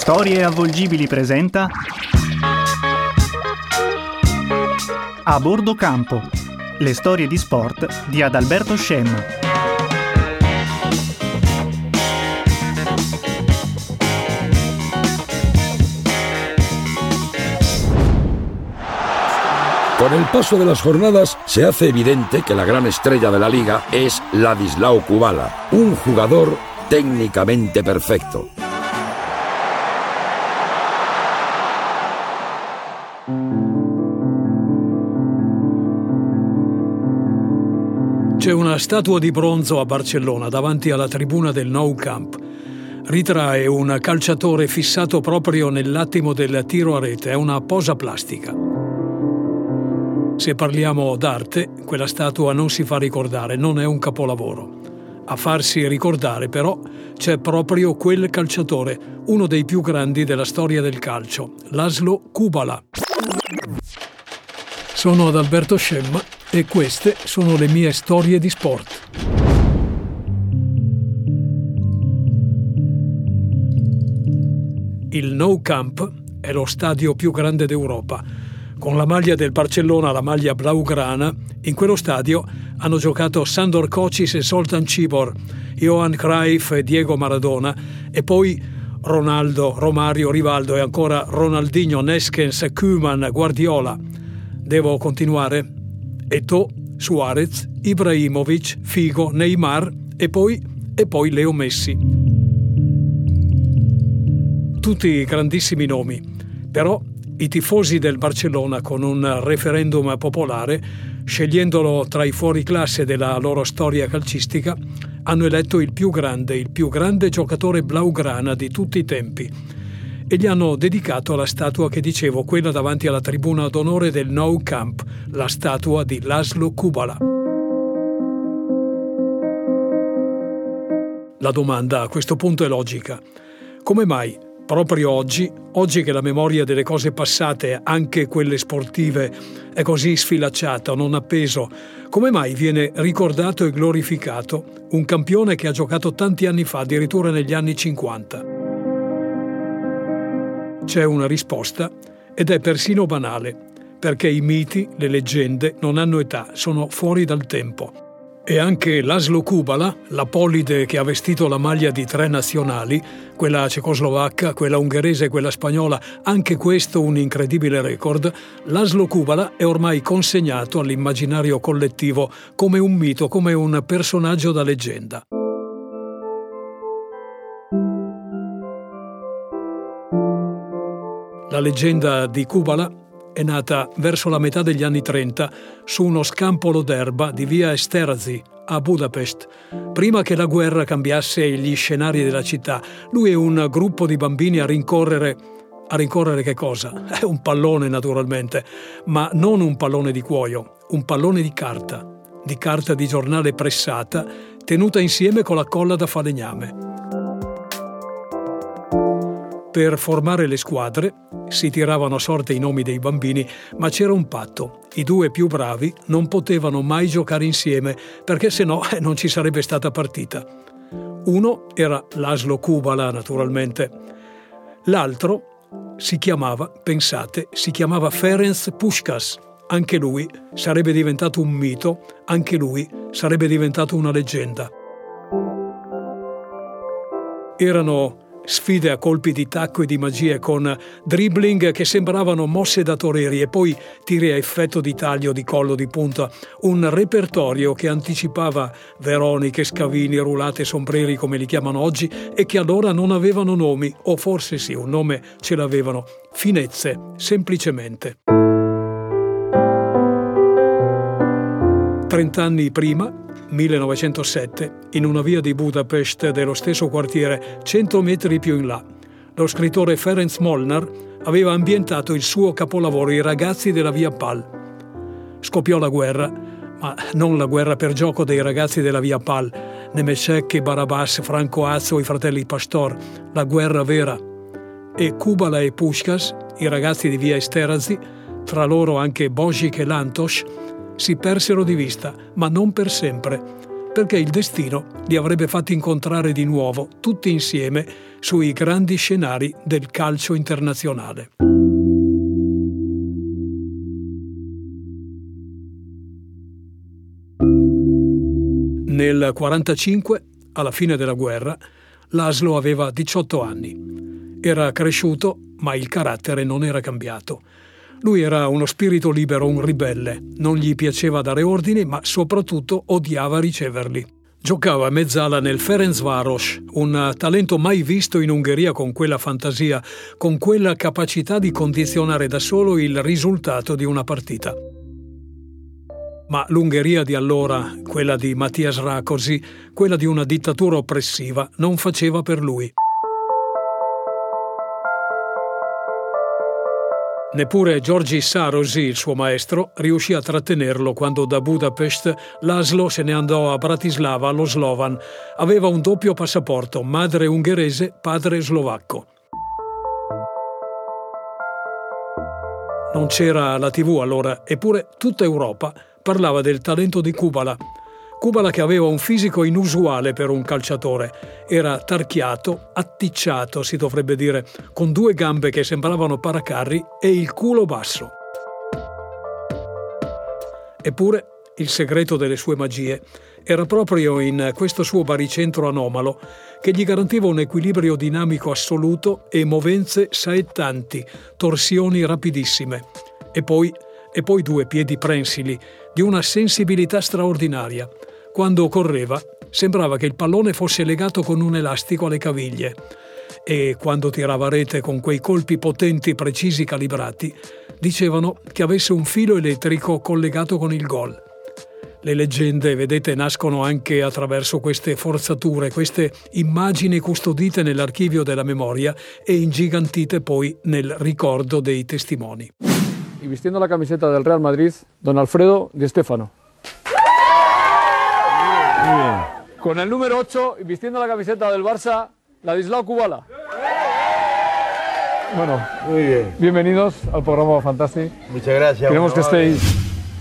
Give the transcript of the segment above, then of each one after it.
Storie Avvolgibili presenta A Bordo Campo, le storie di sport di Adalberto Scemma. Con el paso de las jornadas se hace evidente que la gran estrella de la liga es Ladislao Kubala, un jugador técnicamente perfecto. C'è una statua di bronzo a Barcellona davanti alla tribuna del Nou Camp. Ritrae un calciatore fissato proprio nell'attimo del tiro a rete, è una posa plastica. Se parliamo d'arte, quella statua non si fa ricordare, non è un capolavoro. A farsi ricordare, però, c'è proprio quel calciatore, uno dei più grandi della storia del calcio, Laszlo Kubala. Sono Adalberto Scemma e queste sono le mie storie di sport. Il Nou Camp è lo stadio più grande d'Europa. Con la maglia del Barcellona, la maglia blaugrana, in quello stadio hanno giocato Sandor Kocsis e Zoltan Cibor, Johan Cruyff e Diego Maradona, e poi Ronaldo, Romario, Rivaldo e ancora Ronaldinho, Neskens, Koeman, Guardiola. Devo continuare? Eto'o, Suarez, Ibrahimovic, Figo, Neymar e poi Leo Messi. Tutti grandissimi nomi, però i tifosi del Barcellona, con un referendum popolare, scegliendolo tra i fuoriclasse della loro storia calcistica, hanno eletto il più grande giocatore blaugrana di tutti i tempi e gli hanno dedicato la statua che dicevo, quella davanti alla tribuna d'onore del Nou Camp, la statua di Laszlo Kubala. La domanda a questo punto è logica. Come mai proprio oggi che la memoria delle cose passate, anche quelle sportive, è così sfilacciata, non ha peso, come mai viene ricordato e glorificato un campione che ha giocato tanti anni fa, addirittura negli anni 50? C'è una risposta ed è persino banale, perché i miti, le leggende non hanno età, sono fuori dal tempo. E anche Laszlo Kubala, l'apolide che ha vestito la maglia di 3 nazionali, quella cecoslovacca, quella ungherese e quella spagnola, anche questo un incredibile record, Laszlo Kubala è ormai consegnato all'immaginario collettivo come un mito, come un personaggio da leggenda. La leggenda di Kubala è nata verso la metà degli anni 30 su uno scampolo d'erba di via Esterházy a Budapest. Prima che la guerra cambiasse gli scenari della città, lui e un gruppo di bambini a rincorrere che cosa? Un pallone, naturalmente, ma non un pallone di cuoio, un pallone di carta di giornale pressata, tenuta insieme con la colla da falegname. Per formare le squadre si tiravano a sorte i nomi dei bambini, ma c'era un patto. I 2 più bravi non potevano mai giocare insieme, perché sennò non ci sarebbe stata partita. Uno era Laszlo Kubala, naturalmente. L'altro si chiamava Ferenc Puskás. Anche lui sarebbe diventato un mito, anche lui sarebbe diventato una leggenda. Erano sfide a colpi di tacco e di magie, con dribbling che sembravano mosse da toreri e poi tiri a effetto di taglio, di collo, di punta, un repertorio che anticipava veroniche, scavini, rulate, sombreri come li chiamano oggi, e che allora non avevano nomi, o forse sì, un nome ce l'avevano: finezze, semplicemente. 30 anni prima, 1907, in una via di Budapest dello stesso quartiere, 100 metri più in là, lo scrittore Ferenc Molnár aveva ambientato il suo capolavoro I ragazzi della via Pal. Scoppiò la guerra, ma non la guerra per gioco dei ragazzi della via Pal, Nemecek e Barabás, Franco Azzo, i fratelli Pastor, la guerra vera. E Kubala e Puskás, i ragazzi di via Esterházy, tra loro anche Božič e Lantos, si persero di vista, ma non per sempre. perché il destino li avrebbe fatti incontrare di nuovo, tutti insieme, sui grandi scenari del calcio internazionale. Nel 1945, alla fine della guerra, Laszlo aveva 18 anni. Era cresciuto, ma il carattere non era cambiato. Lui era uno spirito libero, un ribelle. Non gli piaceva dare ordini, ma soprattutto odiava riceverli. Giocava a mezzala nel Ferencváros, un talento mai visto in Ungheria, con quella fantasia, con quella capacità di condizionare da solo il risultato di una partita. Ma l'Ungheria di allora, quella di Matías Rákosi, quella di una dittatura oppressiva, non faceva per lui. Neppure György Sárosi, il suo maestro, riuscì a trattenerlo quando da Budapest Laszlo se ne andò a Bratislava, allo Slovan. Aveva un doppio passaporto, madre ungherese, padre slovacco. Non c'era la TV allora, eppure tutta Europa parlava del talento di Kubala. Kubala, che aveva un fisico inusuale per un calciatore. Era tarchiato, atticciato, si dovrebbe dire, con 2 gambe che sembravano paracarri e il culo basso. Eppure il segreto delle sue magie era proprio in questo suo baricentro anomalo, che gli garantiva un equilibrio dinamico assoluto e movenze saettanti, torsioni rapidissime. E poi 2 piedi prensili, di una sensibilità straordinaria. Quando correva, sembrava che il pallone fosse legato con un elastico alle caviglie. E quando tirava rete con quei colpi potenti, precisi, calibrati, dicevano che avesse un filo elettrico collegato con il gol. Le leggende, vedete, nascono anche attraverso queste forzature, queste immagini custodite nell'archivio della memoria e ingigantite poi nel ricordo dei testimoni. Y vistiendo la camiseta del Real Madrid, don Alfredo Di Stéfano. Muy bien. Con el número 8 y vistiendo la camiseta del Barça, Ladislao Kubala. Bueno, muy bien. Bienvenidos al programa Fantastic. Muchas gracias. Queremos que estéis.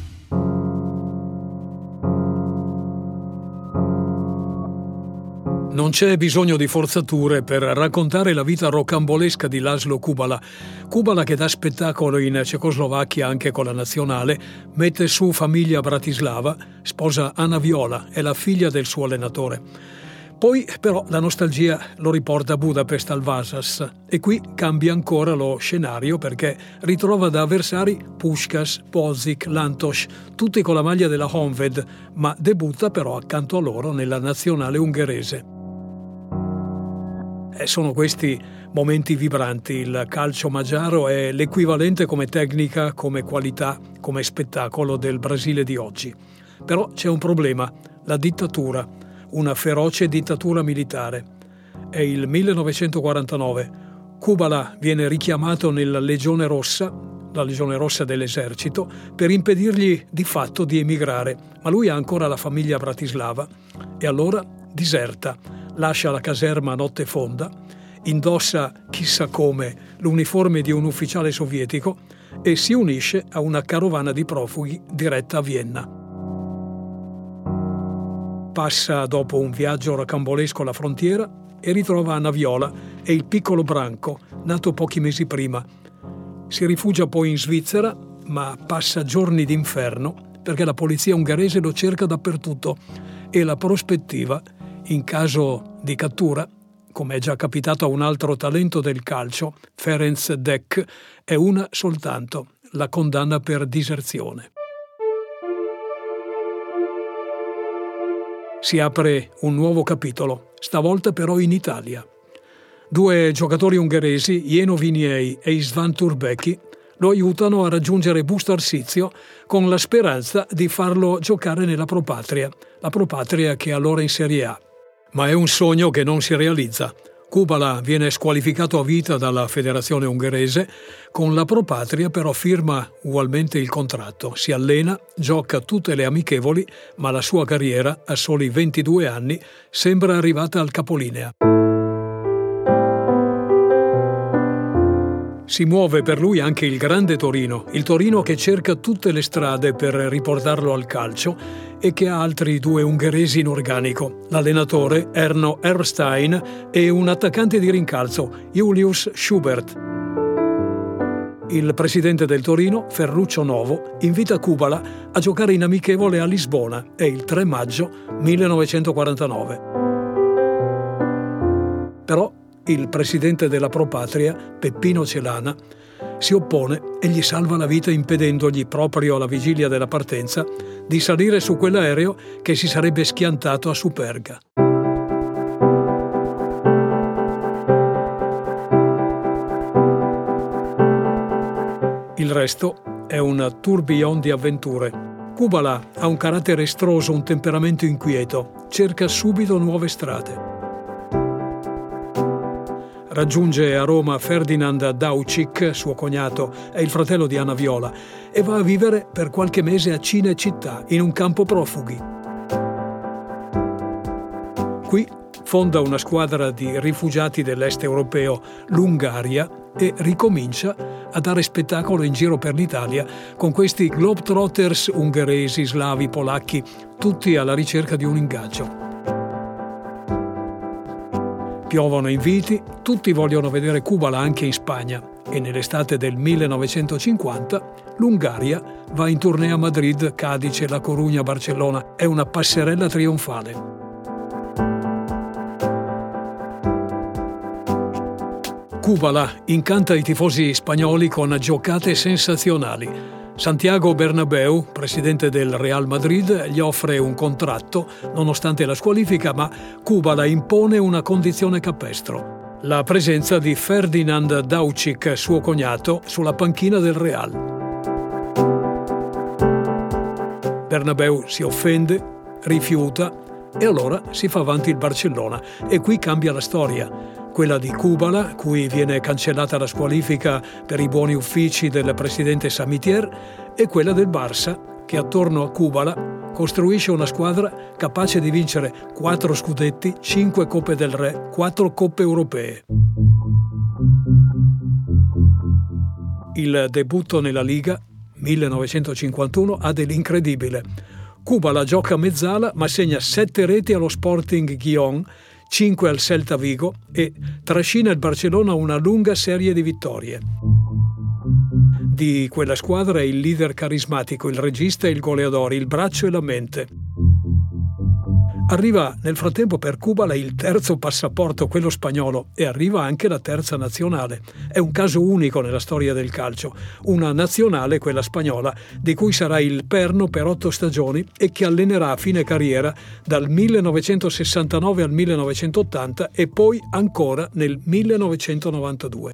Non c'è bisogno di forzature per raccontare la vita rocambolesca di Laszlo Kubala. Kubala, che dà spettacolo in Cecoslovacchia anche con la nazionale, mette su famiglia a Bratislava, sposa Anna Viola, è la figlia del suo allenatore. Poi però la nostalgia lo riporta a Budapest, al Vasas, e qui cambia ancora lo scenario, perché ritrova da avversari Puskás, Bozik, Lantos, tutti con la maglia della Honvéd, ma debutta però accanto a loro nella nazionale ungherese. E sono questi momenti vibranti. Il calcio magiaro è l'equivalente come tecnica, come qualità, come spettacolo del Brasile di oggi. Però c'è un problema: la dittatura, una feroce dittatura militare. È il 1949. Kubala viene richiamato nella Legione Rossa, la Legione Rossa dell'esercito, per impedirgli di fatto di emigrare, ma lui ha ancora la famiglia a Bratislava e allora diserta, lascia la caserma a notte fonda, indossa chissà come l'uniforme di un ufficiale sovietico e si unisce a una carovana di profughi diretta a Vienna. Passa dopo un viaggio rocambolesco la frontiera e ritrova Anna Viola e il piccolo Branco, nato pochi mesi prima. Si rifugia poi in Svizzera, ma passa giorni d'inferno perché la polizia ungherese lo cerca dappertutto e la prospettiva, in caso di cattura, come è già capitato a un altro talento del calcio, Ferenc Dek, è una soltanto: la condanna per diserzione. Si apre un nuovo capitolo, stavolta però in Italia. 2 giocatori ungheresi, Jenő Viniei e István Turbecki, lo aiutano a raggiungere Busto Arsizio con la speranza di farlo giocare nella Pro Patria, la Pro Patria che è allora in Serie A. Ma è un sogno che non si realizza. Kubala viene squalificato a vita dalla federazione ungherese, con la Pro Patria però firma ugualmente il contratto, si allena, gioca tutte le amichevoli, ma la sua carriera, a soli 22 anni, sembra arrivata al capolinea. Si muove per lui anche il grande Torino, il Torino che cerca tutte le strade per riportarlo al calcio e che ha altri 2 ungheresi in organico, l'allenatore Erno Erbstein e un attaccante di rincalzo, Julius Schubert. Il presidente del Torino, Ferruccio Novo, invita Kubala a giocare in amichevole a Lisbona, è il 3 maggio 1949. Però il presidente della Pro Patria, Peppino Celana, si oppone e gli salva la vita impedendogli, proprio alla vigilia della partenza, di salire su quell'aereo che si sarebbe schiantato a Superga. Il resto è un tourbillon di avventure. Kubala ha un carattere estroso, un temperamento inquieto, cerca subito nuove strade. Raggiunge a Roma Ferdinand Daučić, suo cognato, è il fratello di Anna Viola, e va a vivere per qualche mese a Cinecittà, in un campo profughi. Qui fonda una squadra di rifugiati dell'est europeo, l'Ungaria, e ricomincia a dare spettacolo in giro per l'Italia con questi globetrotters ungheresi, slavi, polacchi, tutti alla ricerca di un ingaggio. Piovono inviti, tutti vogliono vedere Kubala anche in Spagna e nell'estate del 1950 l'Ungaria va in tournée a Madrid, Cadice, La Corugna, Barcellona. È una passerella trionfale. Kubala incanta i tifosi spagnoli con giocate sensazionali. Santiago Bernabéu, presidente del Real Madrid, gli offre un contratto nonostante la squalifica, ma Kubala impone una condizione capestro: la presenza di Ferdinand Daučić, suo cognato, sulla panchina del Real. Bernabéu si offende, rifiuta e allora si fa avanti il Barcellona e qui cambia la storia. Quella di Kubala, cui viene cancellata la squalifica per i buoni uffici del presidente Samitier, e quella del Barça, che attorno a Kubala costruisce una squadra capace di vincere 4 scudetti, 5 Coppe del Re, 4 Coppe europee. Il debutto nella Liga, 1951, ha dell'incredibile. Kubala gioca a mezzala ma segna 7 reti allo Sporting Gijón, 5 al Celta Vigo e trascina il Barcellona a una lunga serie di vittorie. Di quella squadra è il leader carismatico, il regista e il goleador, il braccio e la mente. Arriva nel frattempo per Kubala il terzo passaporto, quello spagnolo, e arriva anche la terza nazionale. È un caso unico nella storia del calcio. Una nazionale, quella spagnola, di cui sarà il perno per 8 stagioni e che allenerà a fine carriera dal 1969 al 1980 e poi ancora nel 1992.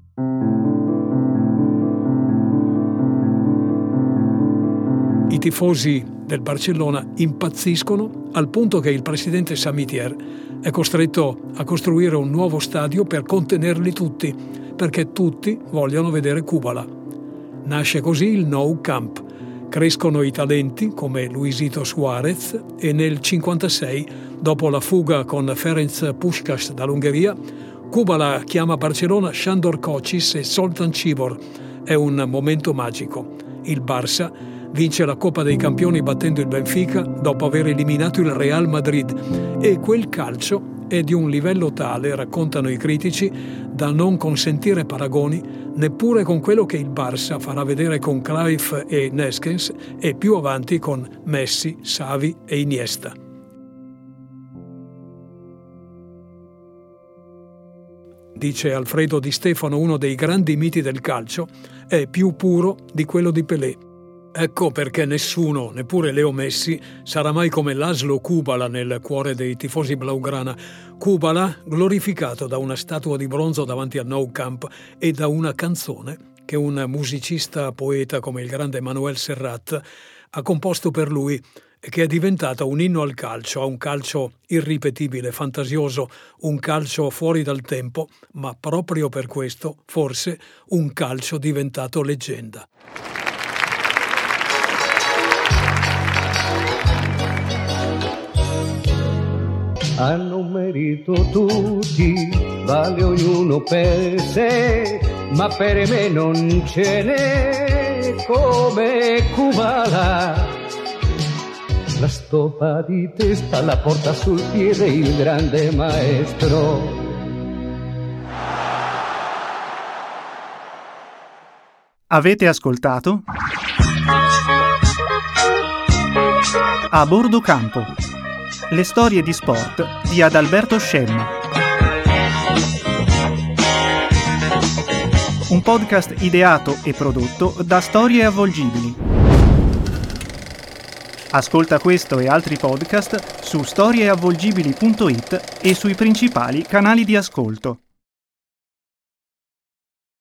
I tifosi del Barcellona impazziscono al punto che il presidente Samitier è costretto a costruire un nuovo stadio per contenerli tutti, perché tutti vogliono vedere Kubala. Nasce così il Nou Camp. Crescono i talenti come Luisito Suarez e nel 1956, dopo la fuga con Ferenc Puskás dall'Ungheria, Kubala chiama a Barcellona Sándor Kocsis e Zoltán Csibor. È un momento magico. Il Barça vince la Coppa dei Campioni battendo il Benfica dopo aver eliminato il Real Madrid e quel calcio è di un livello tale, raccontano i critici, da non consentire paragoni neppure con quello che il Barça farà vedere con Cruyff e Neskens e più avanti con Messi, Xavi e Iniesta. Dice Alfredo Di Stefano, uno dei grandi miti del calcio, è più puro di quello di Pelé. Ecco perché nessuno, neppure Leo Messi, sarà mai come Laszlo Kubala nel cuore dei tifosi blaugrana. Kubala glorificato da una statua di bronzo davanti al Nou Camp e da una canzone che un musicista poeta come il grande Manuel Serrat ha composto per lui e che è diventata un inno al calcio, a un calcio irripetibile, fantasioso, un calcio fuori dal tempo, ma proprio per questo, forse, un calcio diventato leggenda. Hanno merito tutti vale ognuno per sé, ma per me non ce n'è come Kubala. La stoppa di testa la porta sul piede il grande maestro. Avete ascoltato? A bordo campo. Le storie di sport di Adalberto Scemma. Un podcast ideato e prodotto da Storie Avvolgibili. Ascolta questo e altri podcast su storieavvolgibili.it e sui principali canali di ascolto.